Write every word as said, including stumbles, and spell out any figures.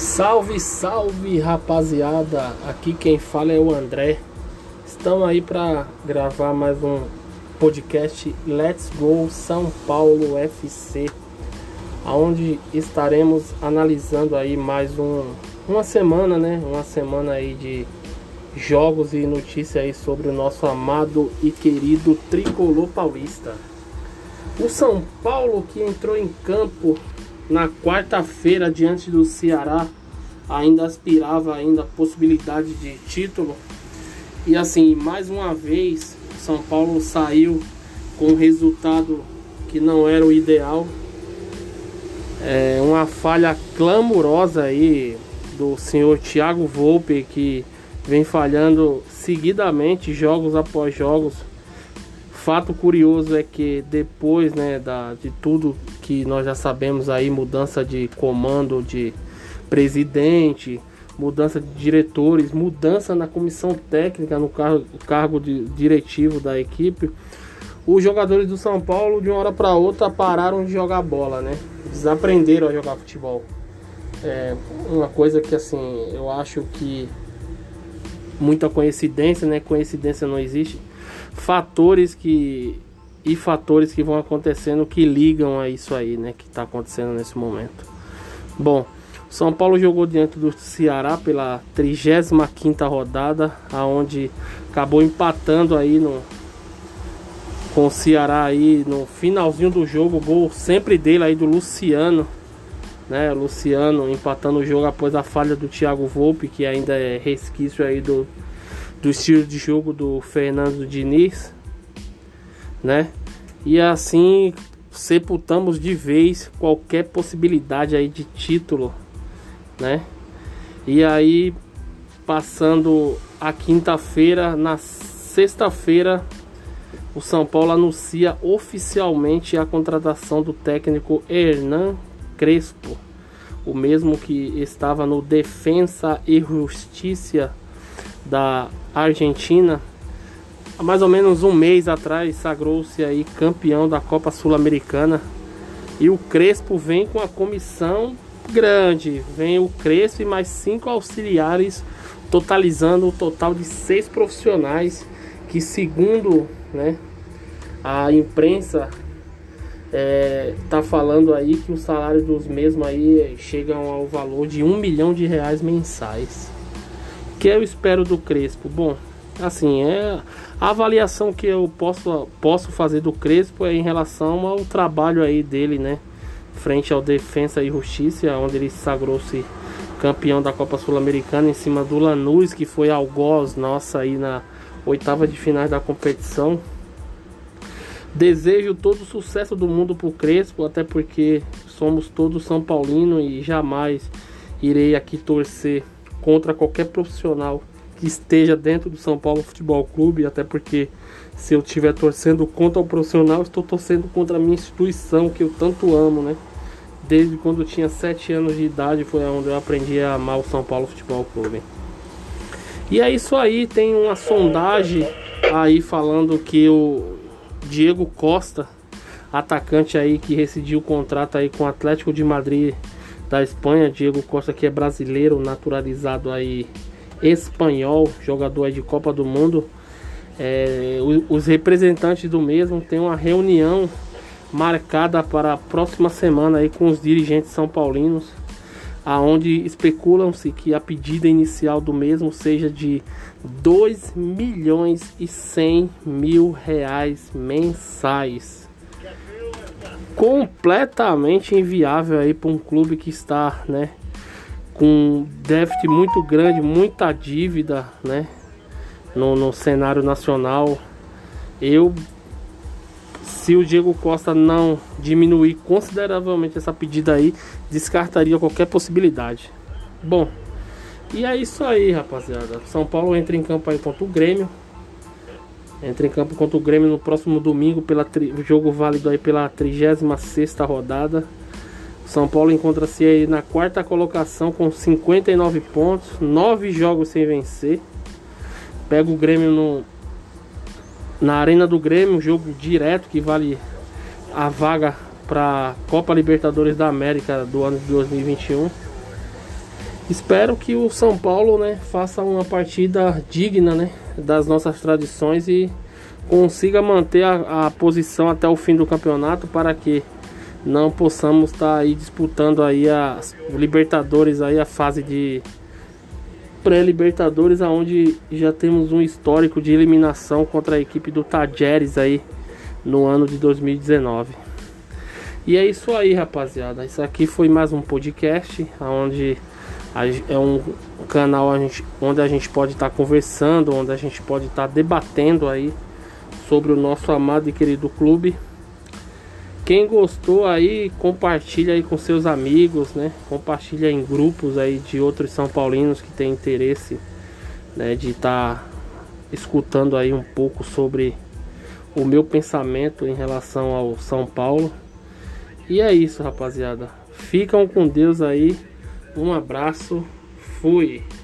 Salve, salve, rapaziada, aqui quem fala é o André. Estamos aí para gravar mais um podcast Let's Go São Paulo F C, onde estaremos analisando aí mais um, uma semana, né? Uma semana aí de jogos e notícias aí sobre o nosso amado e querido tricolor paulista. O São Paulo, que entrou em campo na quarta-feira diante do Ceará, ainda aspirava ainda a possibilidade de título. E assim, mais uma vez, São Paulo saiu com um resultado que não era o ideal. É uma falha clamorosa aí do senhor Thiago Volpe, que vem falhando seguidamente, jogos após jogos. Fato curioso é que depois, né, da, de tudo que nós já sabemos aí, mudança de comando de presidente, mudança de diretores, mudança na comissão técnica, no cargo, cargo de diretivo da equipe, os jogadores do São Paulo de uma hora para outra pararam de jogar bola, né? Desaprenderam a jogar futebol. É uma coisa que assim, eu acho que muita coincidência, né? Coincidência não existe. Fatores que e fatores que vão acontecendo que ligam a isso aí, né, que está acontecendo nesse momento. Bom, São Paulo jogou diante do Ceará pela trigésima quinta rodada, aonde acabou empatando aí no com o Ceará aí no finalzinho do jogo, gol sempre dele aí do Luciano, né? Luciano empatando o jogo após a falha do Thiago Volpe, que ainda é resquício aí do do estilo de jogo do Fernando Diniz, né? E assim sepultamos de vez qualquer possibilidade aí de título, né? E aí, passando a quinta-feira, na sexta-feira, o São Paulo anuncia oficialmente a contratação do técnico Hernan Crespo, o mesmo que estava no Defensa e Justiça da Argentina. Há mais ou menos um mês atrás sagrou-se aí campeão da Copa Sul-Americana. E o Crespo vem com a comissão grande. Vem o Crespo e mais cinco auxiliares, totalizando um total de seis profissionais, que segundo, né, a imprensa é, tá falando aí que o salário dos mesmos aí chegam ao valor de um milhão de reais mensais. O que eu espero do Crespo? Bom, assim, é a avaliação que eu posso, posso fazer do Crespo é em relação ao trabalho aí dele, né, frente ao Defensa e Justiça, onde ele sagrou-se campeão da Copa Sul-Americana em cima do Lanús, que foi algoz nossa aí na oitava de finais da competição. Desejo todo o sucesso do mundo pro Crespo, até porque somos todos São Paulino e jamais irei aqui torcer contra qualquer profissional que esteja dentro do São Paulo Futebol Clube, até porque se eu estiver torcendo contra o profissional, estou torcendo contra a minha instituição, que eu tanto amo, né? Desde quando eu tinha sete anos de idade foi onde eu aprendi a amar o São Paulo Futebol Clube. E é isso aí, tem uma sondagem aí falando que o Diego Costa, atacante aí que rescindiu o contrato aí com o Atlético de Madrid da Espanha, Diego Costa, que é brasileiro, naturalizado aí espanhol, jogador aí de Copa do Mundo. É, os representantes do mesmo têm uma reunião marcada para a próxima semana aí com os dirigentes são paulinos, aonde especulam-se que a pedida inicial do mesmo seja de dois milhões e cem mil reais mensais. Completamente inviável aí para um clube que está, né, com um déficit muito grande, muita dívida, né, no, no cenário nacional. Eu, se o Diego Costa não diminuir consideravelmente essa pedida aí, descartaria qualquer possibilidade. Bom, e é isso aí, rapaziada. São Paulo entra em campo aí contra o Grêmio. Entra em campo contra o Grêmio no próximo domingo, pela tri... jogo válido aí pela trigésima sexta rodada. São Paulo encontra-se aí na quarta colocação com cinquenta e nove pontos, nove jogos sem vencer. Pega o Grêmio no... na Arena do Grêmio, um jogo direto que vale a vaga para Copa Libertadores da América do ano de dois mil e vinte e um. Espero que o São Paulo, né, faça uma partida digna, né, das nossas tradições e consiga manter a, a posição até o fim do campeonato, para que não possamos estar tá aí disputando aí a Libertadores, aí a fase de pré-Libertadores, aonde já temos um histórico de eliminação contra a equipe do Tajeres aí no ano de dois mil e dezenove. E é isso aí, rapaziada. Isso aqui foi mais um podcast, onde é um canal onde a gente pode estar tá conversando, onde a gente pode estar tá debatendo aí sobre o nosso amado e querido clube. Quem gostou aí, compartilha aí com seus amigos, né? Compartilha em grupos aí de outros São Paulinos que têm interesse, né, de estar tá escutando aí um pouco sobre o meu pensamento em relação ao São Paulo. E é isso, rapaziada. Ficam com Deus aí. Um abraço. Fui.